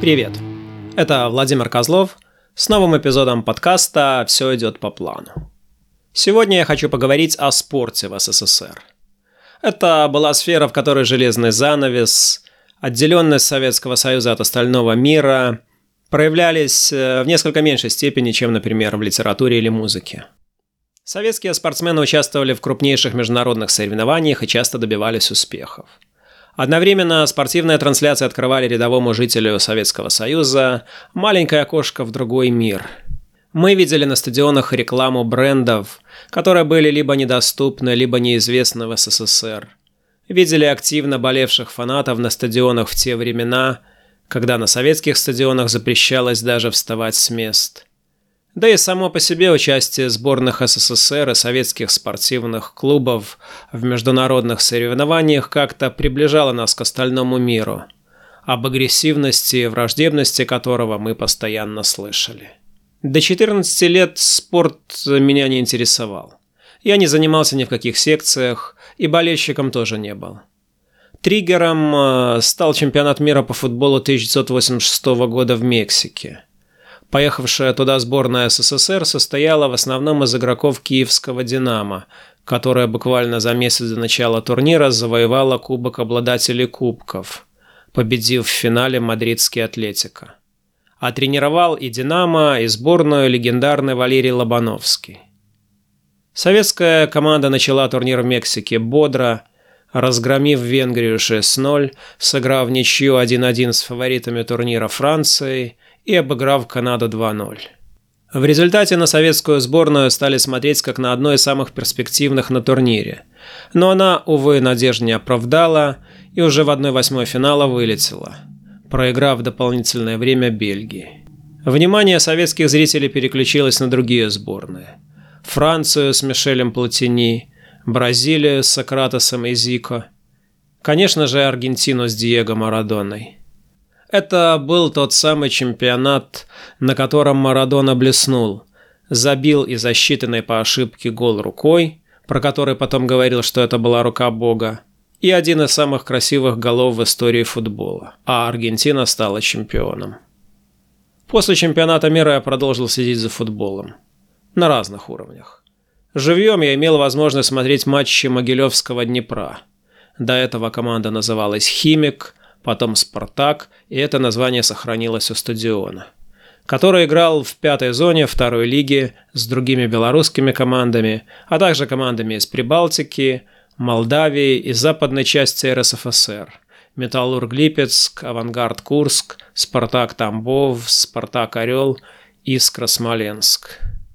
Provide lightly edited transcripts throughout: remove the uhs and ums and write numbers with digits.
Привет, это Владимир Козлов с новым эпизодом подкаста «Все идет по плану». Сегодня я хочу поговорить о спорте в СССР. Это была сфера, в которой железный занавес, отделенность Советского Союза от остального мира проявлялись в несколько меньшей степени, чем, например, в литературе или музыке. Советские спортсмены участвовали в крупнейших международных соревнованиях и часто добивались успехов. Одновременно спортивные трансляции открывали рядовому жителю Советского Союза маленькое окошко в другой мир. Мы видели на стадионах рекламу брендов, которые были либо недоступны, либо неизвестны в СССР. Видели активно болевших фанатов на стадионах в те времена, когда на советских стадионах запрещалось даже вставать с мест. Да и само по себе участие сборных СССР и советских спортивных клубов в международных соревнованиях как-то приближало нас к остальному миру, об агрессивности и враждебности которого мы постоянно слышали. До 14 лет спорт меня не интересовал. Я не занимался ни в каких секциях, и болельщиком тоже не был. Триггером стал чемпионат мира по футболу 1986 года в Мексике. Поехавшая туда сборная СССР состояла в основном из игроков киевского «Динамо», которая буквально за месяц до начала турнира завоевала Кубок обладателей кубков, победив в финале мадридский «Атлетико». А тренировал и «Динамо», и сборную легендарный Валерий Лобановский. Советская команда начала турнир в Мексике бодро, разгромив Венгрию 6-0, сыграв ничью 1-1 с фаворитами турнира Францией и обыграв Канаду 2-0. В результате на советскую сборную стали смотреть как на одно из самых перспективных на турнире. Но она, увы, надежд не оправдала и уже в 1/8 финала вылетела, проиграв дополнительное время Бельгии. Внимание советских зрителей переключилось на другие сборные. Францию с Мишелем Платини, Бразилию с Сократосом и Зико. Конечно же, Аргентину с Диего Марадоной. Это был тот самый чемпионат, на котором Марадона блеснул, забил из засчитанной по ошибке гол рукой, про который потом говорил, что это была рука Бога, и один из самых красивых голов в истории футбола, а Аргентина стала чемпионом. После чемпионата мира я продолжил следить за футболом. На разных уровнях. Живьем я имел возможность смотреть матчи Могилевского Днепра. До этого команда называлась «Химик», потом «Спартак», и это название сохранилось у стадиона, который играл в 5-й зоне 2-й лиги с другими белорусскими командами, а также командами из Прибалтики, Молдавии и западной части РСФСР – Металлург Липецк, Авангард Курск, Спартак Тамбов, Спартак Орел, Искра Смоленск.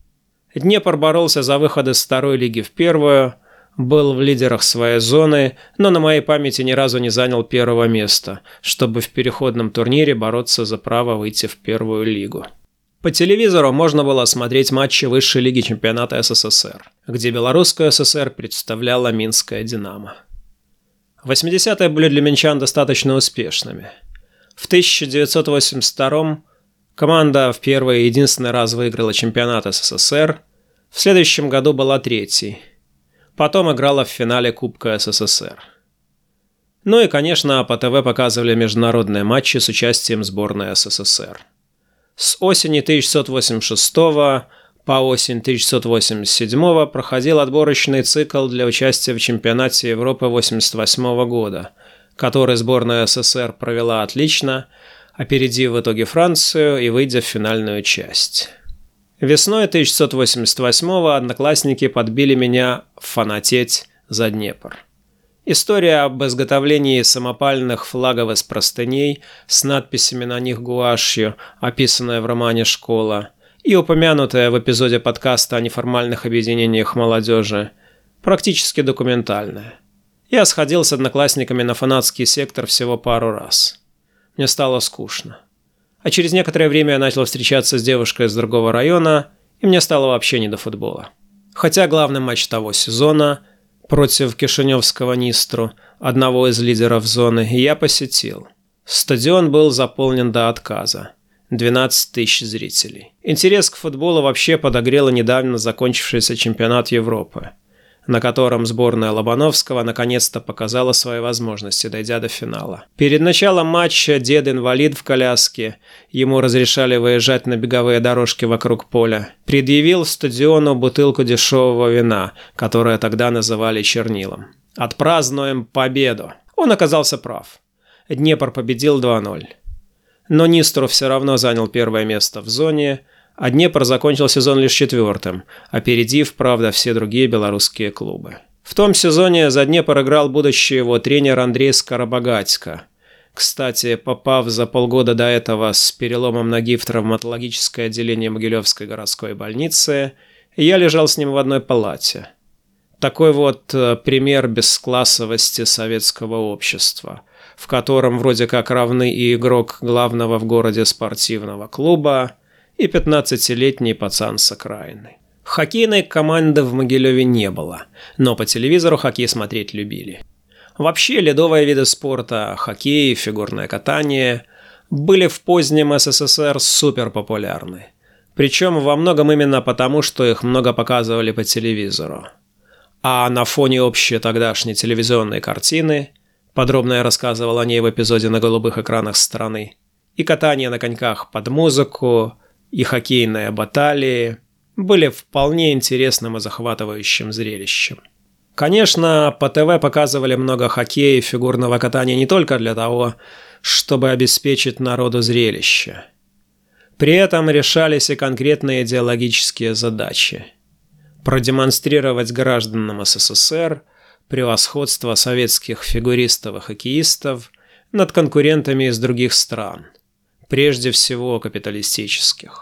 Днепр боролся за выход из 2-й лиги в 1-ю, был в лидерах своей зоны, но на моей памяти ни разу не занял 1-го места, чтобы в переходном турнире бороться за право выйти в 1-ю лигу. По телевизору можно было смотреть матчи высшей лиги чемпионата СССР, где Белорусскую ССР представляла Минская «Динамо». 80-е были для минчан достаточно успешными. В 1982-м команда в первый и единственный раз выиграла чемпионат СССР, в следующем году была 3-й. Потом играла в финале Кубка СССР. Ну и, конечно, по ТВ показывали международные матчи с участием сборной СССР. С осени 1986 по осень 1987 проходил отборочный цикл для участия в чемпионате Европы 1988 года, который сборная СССР провела отлично, опередив в итоге Францию и выйдя в финальную часть. Весной 1988-го одноклассники подбили меня фанатеть за Днепр. История об изготовлении самопальных флагов из простыней с надписями на них гуашью, описанная в романе «Школа», и упомянутая в эпизоде подкаста о неформальных объединениях молодежи, практически документальная. Я сходил с одноклассниками на фанатский сектор всего пару раз. Мне стало скучно. А через некоторое время я начал встречаться с девушкой из другого района, и мне стало вообще не до футбола. Хотя главный матч того сезона против Кишиневского Нистру, одного из лидеров зоны, я посетил. Стадион был заполнен до отказа. 12 тысяч зрителей. Интерес к футболу вообще подогрел недавно закончившийся чемпионат Европы. на котором сборная Лобановского наконец-то показала свои возможности, дойдя до финала. Перед началом матча дед-инвалид в коляске, ему разрешали выезжать на беговые дорожки вокруг поля, предъявил стадиону бутылку дешевого вина, которое тогда называли чернилом. «Отпразднуем победу!» Он оказался прав. Днепр победил 2-0. Но Нистру все равно занял первое место в зоне, а Днепр закончил сезон лишь 4-м, опередив, правда, все другие белорусские клубы. В том сезоне за Днепр играл будущий его тренер Андрей Скоробогатько. Кстати, попав за полгода до этого с переломом ноги в травматологическое отделение Могилевской городской больницы, я лежал с ним в одной палате. Такой вот пример бесклассовости советского общества, в котором вроде как равны и игрок главного в городе спортивного клуба, и 15-летний пацан с окраины. Хоккейной команды в Могилеве не было, но по телевизору хоккей смотреть любили. Вообще, ледовые виды спорта, хоккей, фигурное катание, были в позднем СССР суперпопулярны. Причем во многом именно потому, что их много показывали по телевизору. А на фоне общей тогдашней телевизионной картины, подробно я рассказывал о ней в эпизоде «На голубых экранах страны», и катание на коньках под музыку, и хоккейные баталии были вполне интересным и захватывающим зрелищем. Конечно, по ТВ показывали много хоккея и фигурного катания не только для того, чтобы обеспечить народу зрелище. При этом решались и конкретные идеологические задачи. Продемонстрировать гражданам СССР превосходство советских фигуристов и хоккеистов над конкурентами из других стран, прежде всего капиталистических.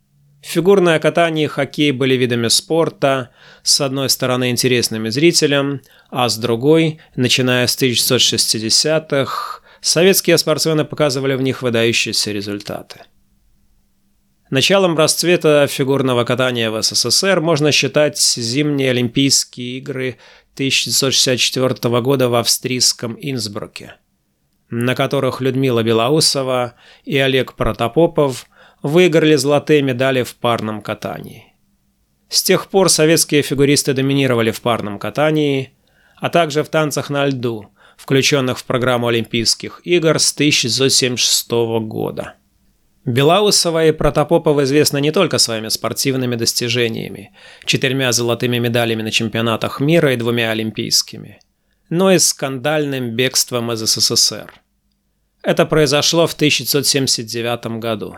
Фигурное катание и хоккей были видами спорта, с одной стороны интересными зрителям, а с другой, начиная с 1960-х, советские спортсмены показывали в них выдающиеся результаты. Началом расцвета фигурного катания в СССР можно считать зимние Олимпийские игры 1964 года в австрийском Инсбруке, на которых Людмила Белоусова и Олег Протопопов выиграли золотые медали в парном катании. С тех пор советские фигуристы доминировали в парном катании, а также в танцах на льду, включенных в программу Олимпийских игр с 1976 года. Белоусова и Протопопов известны не только своими спортивными достижениями, 4 золотыми медалями на чемпионатах мира и 2 олимпийскими, но и скандальным бегством из СССР. Это произошло в 1979 году.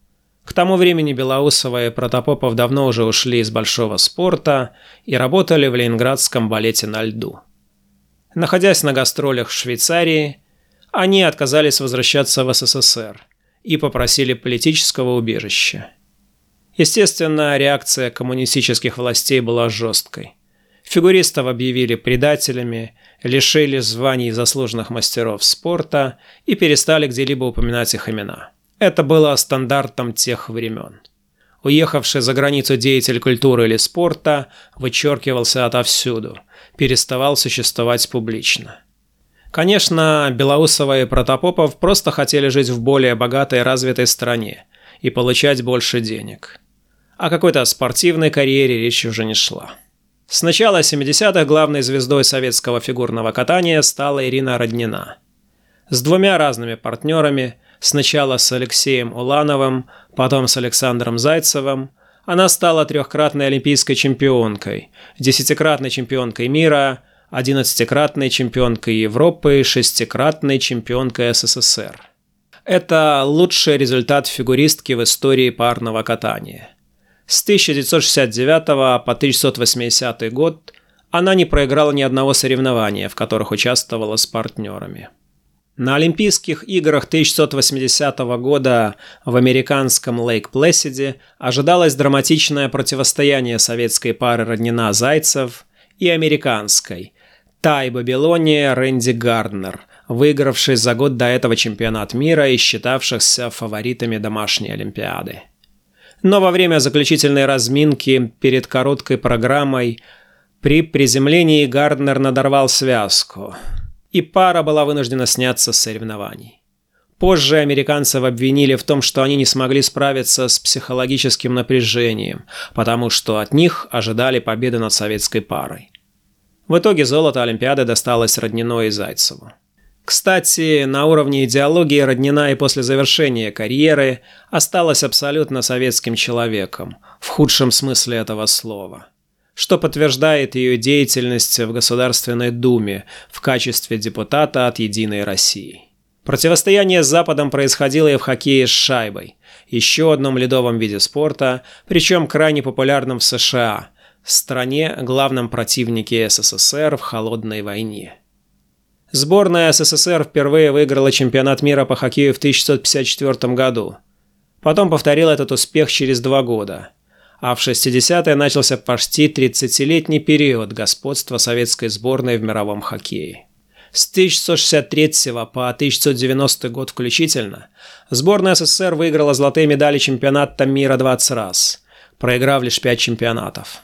К тому времени Белоусова и Протопопов давно уже ушли из большого спорта и работали в ленинградском балете на льду. Находясь на гастролях в Швейцарии, они отказались возвращаться в СССР и попросили политического убежища. Естественно, реакция коммунистических властей была жесткой. Фигуристов объявили предателями, лишили званий заслуженных мастеров спорта и перестали где-либо упоминать их имена. Это было стандартом тех времен. Уехавший за границу деятель культуры или спорта вычеркивался отовсюду, переставал существовать публично. Конечно, Белоусова и Протопопов просто хотели жить в более богатой и развитой стране и получать больше денег. О какой-то спортивной карьере речь уже не шла. С начала 70-х главной звездой советского фигурного катания стала Ирина Роднина. С 2 разными партнерами, сначала с Алексеем Улановым, потом с Александром Зайцевым, она стала 3-кратной олимпийской чемпионкой, 10-кратной чемпионкой мира, 11-кратной чемпионкой Европы и 6-кратной чемпионкой СССР. Это лучший результат фигуристки в истории парного катания. С 1969 по 1980 год она не проиграла ни одного соревнования, в которых участвовала с партнерами. На Олимпийских играх 1980 года в американском Лейк-Плэсиде ожидалось драматичное противостояние советской пары Роднина-Зайцев и американской Тай Бабилония Рэнди Гарднер, выигравшей за год до этого чемпионат мира и считавшихся фаворитами домашней Олимпиады. Но во время заключительной разминки перед короткой программой при приземлении Гарднер надорвал связку, и пара была вынуждена сняться с соревнований. Позже американцев обвинили в том, что они не смогли справиться с психологическим напряжением, потому что от них ожидали победы над советской парой. В итоге золото Олимпиады досталось Роднино и Зайцеву. Кстати, на уровне идеологии Роднина и после завершения карьеры осталась абсолютно советским человеком, в худшем смысле этого слова, что подтверждает ее деятельность в Государственной Думе в качестве депутата от «Единой России». Противостояние с Западом происходило и в хоккее с шайбой, еще одном ледовом виде спорта, причем крайне популярном в США, стране, главном противнике СССР в холодной войне. Сборная СССР впервые выиграла чемпионат мира по хоккею в 1954 году. Потом повторил этот успех через 2 года. А в 60-е начался почти 30-летний период господства советской сборной в мировом хоккее. С 1963 по 1990 год включительно сборная СССР выиграла золотые медали чемпионата мира 20 раз, проиграв лишь 5 чемпионатов.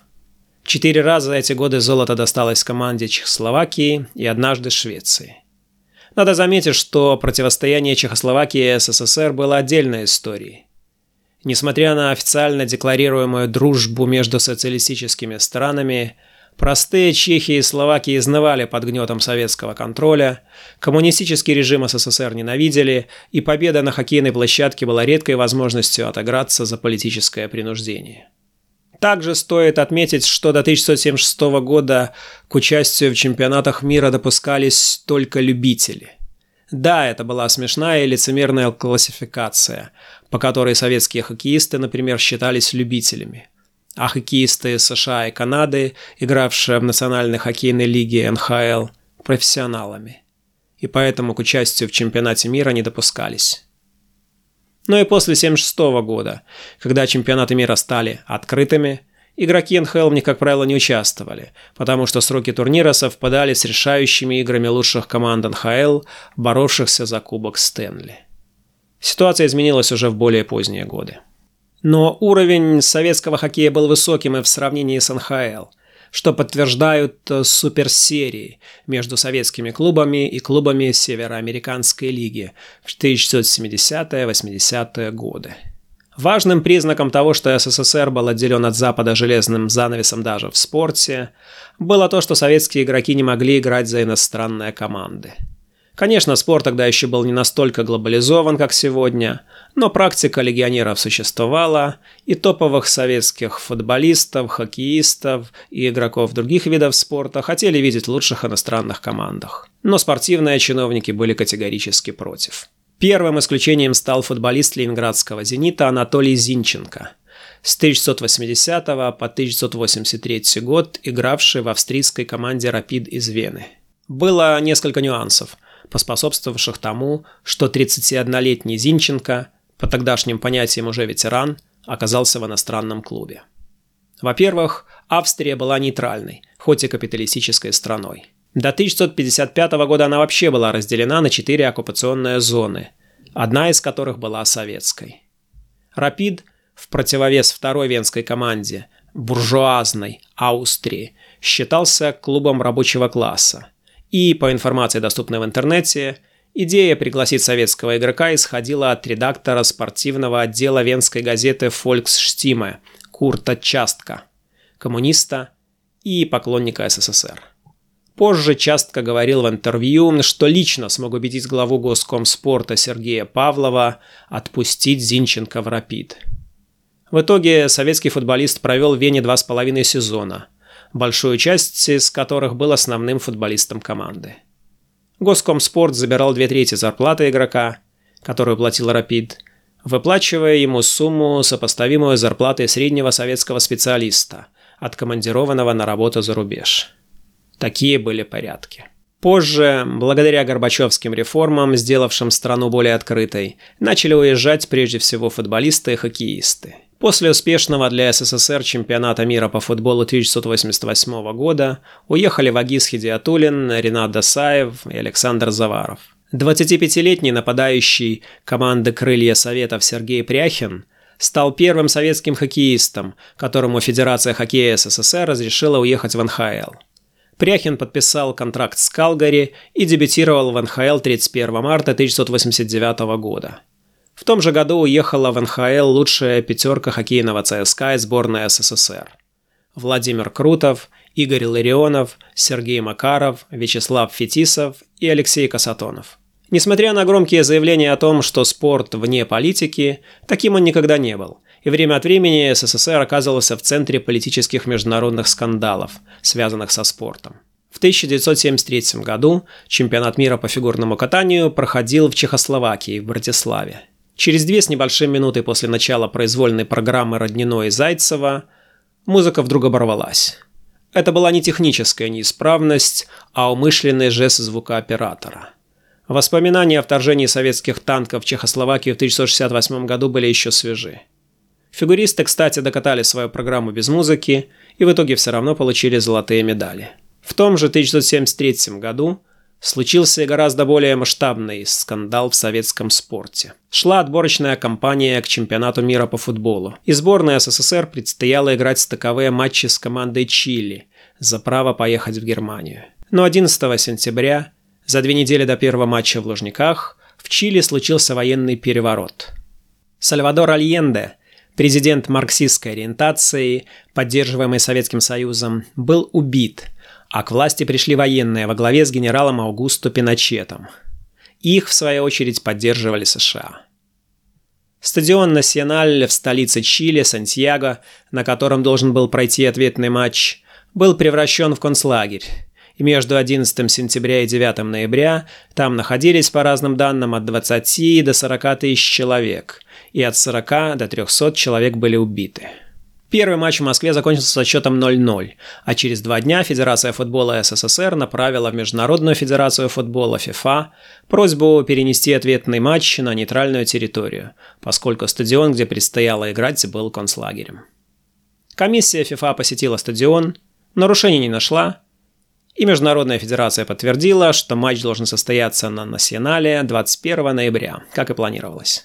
4 раза за эти годы золото досталось команде Чехословакии и однажды Швеции. Надо заметить, что противостояние Чехословакии и СССР было отдельной историей. Несмотря на официально декларируемую дружбу между социалистическими странами, простые чехи и словаки изнывали под гнетом советского контроля, коммунистический режим СССР ненавидели, и победа на хоккейной площадке была редкой возможностью отыграться за политическое принуждение. Также стоит отметить, что до 1976 года к участию в чемпионатах мира допускались только любители. Да, это была смешная и лицемерная классификация, по которой советские хоккеисты, например, считались любителями, а хоккеисты США и Канады, игравшие в Национальной хоккейной лиге НХЛ, профессионалами, и поэтому к участию в чемпионате мира не допускались. Но и после 1976 года, когда чемпионаты мира стали открытыми, игроки НХЛ в них, как правило, не участвовали, потому что сроки турнира совпадали с решающими играми лучших команд НХЛ, боровшихся за Кубок Стэнли. Ситуация изменилась уже в более поздние годы. Но уровень советского хоккея был высоким и в сравнении с НХЛ, что подтверждают суперсерии между советскими клубами и клубами Североамериканской лиги в 1970-80-е годы. Важным признаком того, что СССР был отделен от Запада железным занавесом даже в спорте, было то, что советские игроки не могли играть за иностранные команды. Конечно, спорт тогда еще был не настолько глобализован, как сегодня, но практика легионеров существовала, и топовых советских футболистов, хоккеистов и игроков других видов спорта хотели видеть в лучших иностранных командах. Но спортивные чиновники были категорически против. Первым исключением стал футболист ленинградского «Зенита» Анатолий Зинченко, с 1980 по 1983 год игравший в австрийской команде «Рапид» из Вены. Было несколько нюансов, поспособствовавших тому, что 31-летний Зинченко, по тогдашним понятиям уже ветеран, оказался в иностранном клубе. Во-первых, Австрия была нейтральной, хоть и капиталистической страной. До 1955 года она вообще была разделена на 4 оккупационные зоны, одна из которых была советской. «Рапид», в противовес второй венской команде, буржуазной Австрии, считался клубом рабочего класса. И, по информации, доступной в интернете, идея пригласить советского игрока исходила от редактора спортивного отдела венской газеты «Фольксштиме» Курта Частка, коммуниста и поклонника СССР. Позже Частка говорил в интервью, что лично смог убедить главу Госкомспорта Сергея Павлова отпустить Зинченко в «Рапид». В итоге советский футболист провел в Вене 2,5 сезона, большую часть из которых был основным футболистом команды. Госкомспорт забирал 2/3 зарплаты игрока, которую платил «Рапид», выплачивая ему сумму, сопоставимую с зарплатой среднего советского специалиста, откомандированного на работу за рубеж. Такие были порядки. Позже, благодаря горбачевским реформам, сделавшим страну более открытой, начали уезжать прежде всего футболисты и хоккеисты. После успешного для СССР чемпионата мира по футболу 1988 года уехали Вагиз Хидиатуллин, Ринат Досаев и Александр Заваров. 25-летний нападающий команды «Крылья Советов» Сергей Пряхин стал первым советским хоккеистом, которому Федерация хоккея СССР разрешила уехать в НХЛ. Пряхин подписал контракт с Калгари и дебютировал в НХЛ 31 марта 1989 года. В том же году уехала в НХЛ лучшая пятерка хоккейного ЦСКА и сборная СССР. Владимир Крутов, Игорь Ларионов, Сергей Макаров, Вячеслав Фетисов и Алексей Касатонов. Несмотря на громкие заявления о том, что спорт вне политики, таким он никогда не был. И время от времени СССР оказывался в центре политических международных скандалов, связанных со спортом. В 1973 году чемпионат мира по фигурному катанию проходил в Чехословакии, в Братиславе. Через 2 с небольшим минуты после начала произвольной программы Родниной и Зайцева музыка вдруг оборвалась. Это была не техническая неисправность, а умышленный жест звукооператора. Воспоминания о вторжении советских танков в Чехословакию в 1968 году были еще свежи. Фигуристы, кстати, докатали свою программу без музыки и в итоге все равно получили золотые медали. В том же 1973 году случился и гораздо более масштабный скандал в советском спорте. Шла отборочная кампания к чемпионату мира по футболу, и сборной СССР предстояло играть стыковые матчи с командой Чили за право поехать в Германию. Но 11 сентября, за 2 недели до первого матча в Лужниках, в Чили случился военный переворот. Сальвадор Альенде, президент марксистской ориентации, поддерживаемый Советским Союзом, был убит, а к власти пришли военные во главе с генералом Аугусто Пиночетом. Их, в свою очередь, поддерживали США. Стадион «Насьональ» в столице Чили, Сантьяго, на котором должен был пройти ответный матч, был превращен в концлагерь. И между 11 сентября и 9 ноября там находились, по разным данным, от 20 до 40 тысяч человек, и от 40 до 300 человек были убиты. Первый матч в Москве закончился со счетом 0-0, а через 2 дня Федерация футбола СССР направила в Международную федерацию футбола ФИФА просьбу перенести ответный матч на нейтральную территорию, поскольку стадион, где предстояло играть, был концлагерем. Комиссия ФИФА посетила стадион, нарушений не нашла, и Международная федерация подтвердила, что матч должен состояться на Насьонале 21 ноября, как и планировалось.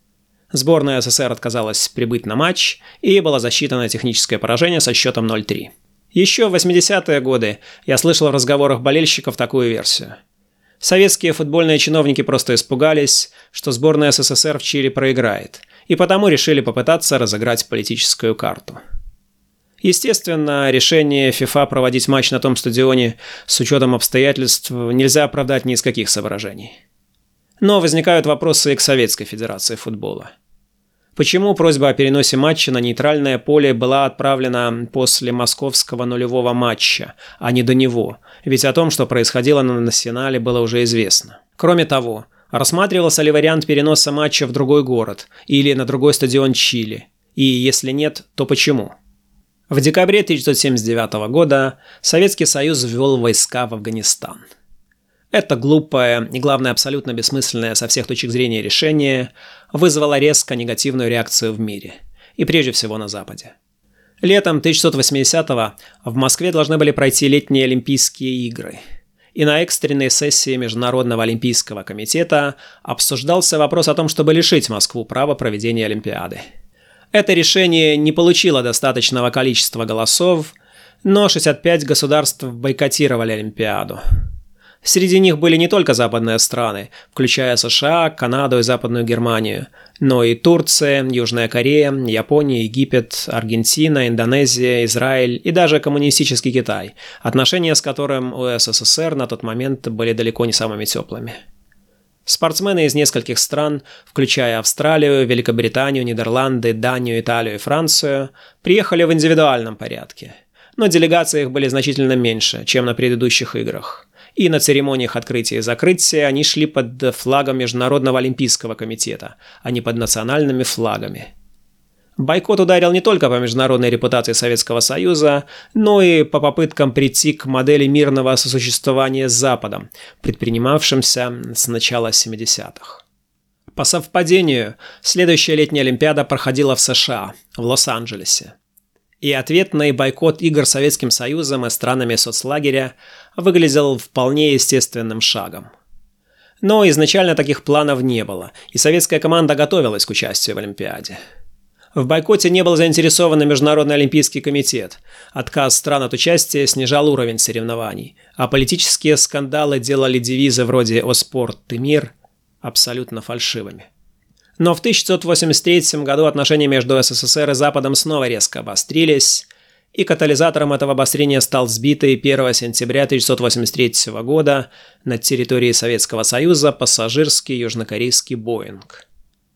Сборная СССР отказалась прибыть на матч, и было засчитано техническое поражение со счетом 0-3. Еще в 80-е годы я слышал в разговорах болельщиков такую версию. Советские футбольные чиновники просто испугались, что сборная СССР в Чили проиграет, и потому решили попытаться разыграть политическую карту. Естественно, решение ФИФА проводить матч на том стадионе с учетом обстоятельств нельзя оправдать ни из каких соображений. Но возникают вопросы и к Советской Федерации футбола. Почему просьба о переносе матча на нейтральное поле была отправлена после московского нулевого матча, а не до него? Ведь о том, что происходило на Насьонале, было уже известно. Кроме того, рассматривался ли вариант переноса матча в другой город или на другой стадион Чили? И если нет, то почему? В декабре 1979 года Советский Союз ввел войска в Афганистан. Это глупое и, главное, абсолютно бессмысленное со всех точек зрения решение вызвало резко негативную реакцию в мире, и прежде всего на Западе. Летом 1980-го в Москве должны были пройти летние Олимпийские игры, и на экстренной сессии Международного олимпийского комитета обсуждался вопрос о том, чтобы лишить Москву права проведения Олимпиады. Это решение не получило достаточного количества голосов, но 65 государств бойкотировали Олимпиаду. Среди них были не только западные страны, включая США, Канаду и Западную Германию, но и Турция, Южная Корея, Япония, Египет, Аргентина, Индонезия, Израиль и даже коммунистический Китай, отношения с которым у СССР на тот момент были далеко не самыми теплыми. Спортсмены из нескольких стран, включая Австралию, Великобританию, Нидерланды, Данию, Италию и Францию, приехали в индивидуальном порядке, но делегации их были значительно меньше, чем на предыдущих играх. И на церемониях открытия и закрытия они шли под флагом Международного олимпийского комитета, а не под национальными флагами. Бойкот ударил не только по международной репутации Советского Союза, но и по попыткам прийти к модели мирного сосуществования с Западом, предпринимавшимся с начала 70-х. По совпадению, следующая летняя Олимпиада проходила в США, в Лос-Анджелесе. И ответный бойкот игр Советским Союзом и странами соцлагеря выглядел вполне естественным шагом. Но изначально таких планов не было, и советская команда готовилась к участию в Олимпиаде. В бойкоте не был заинтересован и Международный олимпийский комитет. Отказ стран от участия снижал уровень соревнований, а политические скандалы делали девизы вроде «О спорт и мир» абсолютно фальшивыми. Но в 1983 году отношения между СССР и Западом снова резко обострились, И катализатором этого обострения стал сбитый 1 сентября 1983 года над территорией Советского Союза пассажирский южнокорейский «Боинг».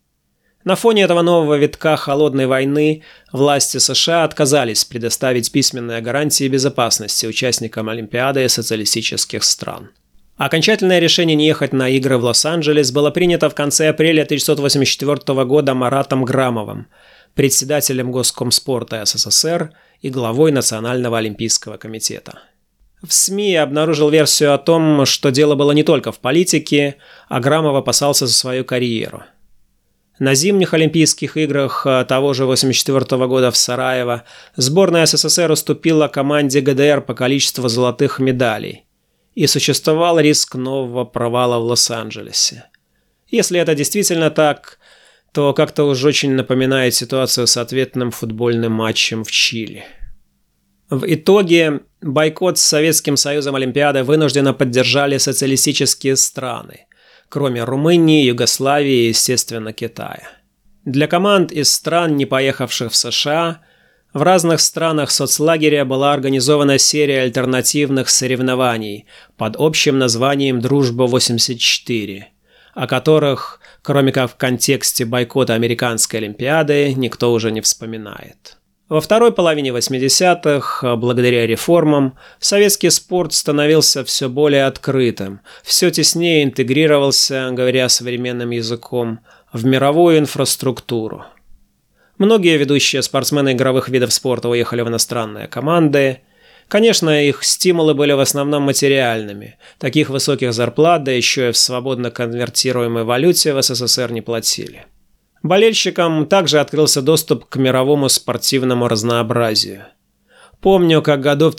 На фоне этого нового витка холодной войны власти США отказались предоставить письменные гарантии безопасности участникам Олимпиады социалистических стран. Окончательное решение не ехать на игры в Лос-Анджелес было принято в конце апреля 1984 года Маратом Грамовым, председателем Госкомспорта СССР и главой Национального олимпийского комитета. В СМИ я обнаружил версию о том, что дело было не только в политике, а Грамов опасался за свою карьеру. На зимних Олимпийских играх того же 1984 года в Сараево сборная СССР уступила команде ГДР по количеству золотых медалей, и существовал риск нового провала в Лос-Анджелесе. Если это действительно так, то как-то уж очень напоминает ситуацию с ответным футбольным матчем в Чили. В итоге бойкот с Советским Союзом Олимпиады вынужденно поддержали социалистические страны, кроме Румынии, Югославии и, естественно, Китая. Для команд из стран, не поехавших в США, в разных странах соцлагеря была организована серия альтернативных соревнований под общим названием «Дружба-84», о которых, кроме как в контексте бойкота Американской Олимпиады, никто уже не вспоминает. Во второй половине 80-х, благодаря реформам, советский спорт становился все более открытым, все теснее интегрировался, говоря современным языком, в мировую инфраструктуру. Многие ведущие спортсмены игровых видов спорта уехали в иностранные команды. Конечно, их стимулы были в основном материальными. Таких высоких зарплат, да еще и в свободно конвертируемой валюте в СССР не платили. Болельщикам также открылся доступ к мировому спортивному разнообразию. Помню, как году в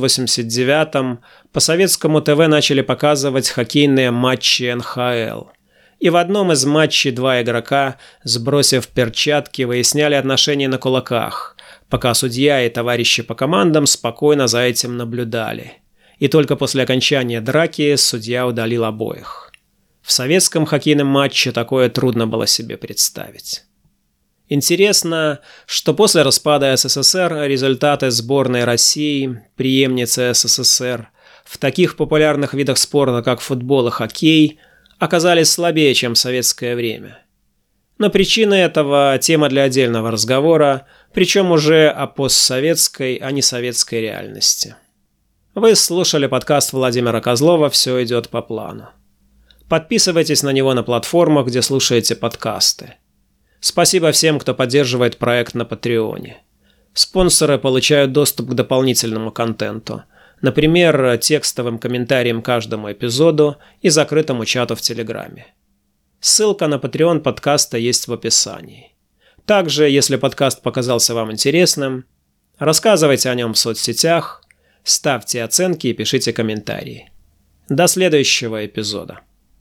1989-м по советскому ТВ начали показывать хоккейные матчи НХЛ. И в одном из матчей два игрока, сбросив перчатки, выясняли отношения на кулаках, пока судья и товарищи по командам спокойно за этим наблюдали. И только после окончания драки судья удалил обоих. В советском хоккейном матче такое трудно было себе представить. Интересно, что после распада СССР результаты сборной России, преемницы СССР, в таких популярных видах спорта, как футбол и хоккей, оказались слабее, чем в советское время. Но причина этого – тема для отдельного разговора, причем уже о постсоветской, а не советской реальности. Вы слушали подкаст Владимира Козлова «Все идет по плану». Подписывайтесь на него на платформах, где слушаете подкасты. Спасибо всем, кто поддерживает проект на Патреоне. Спонсоры получают доступ к дополнительному контенту, например, текстовым комментариям к каждому эпизоду и закрытому чату в Телеграме. Ссылка на Patreon подкаста есть в описании. Также, если подкаст показался вам интересным, рассказывайте о нем в соцсетях, ставьте оценки и пишите комментарии. До следующего эпизода.